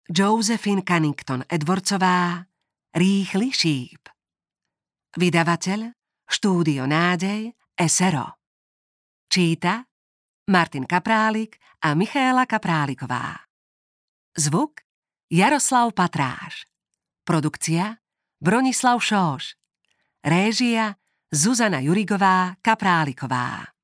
Josephine Cunnington Edwardsová Rýchly šíp. Vydavateľ Štúdio Nádej SRO. Číta Martin Kaprálik a Michála Kapráliková. Zvuk Jaroslav Patráš. Produkcia Bronislav Šóš. Réžia Zuzana Jurigová Kapráliková.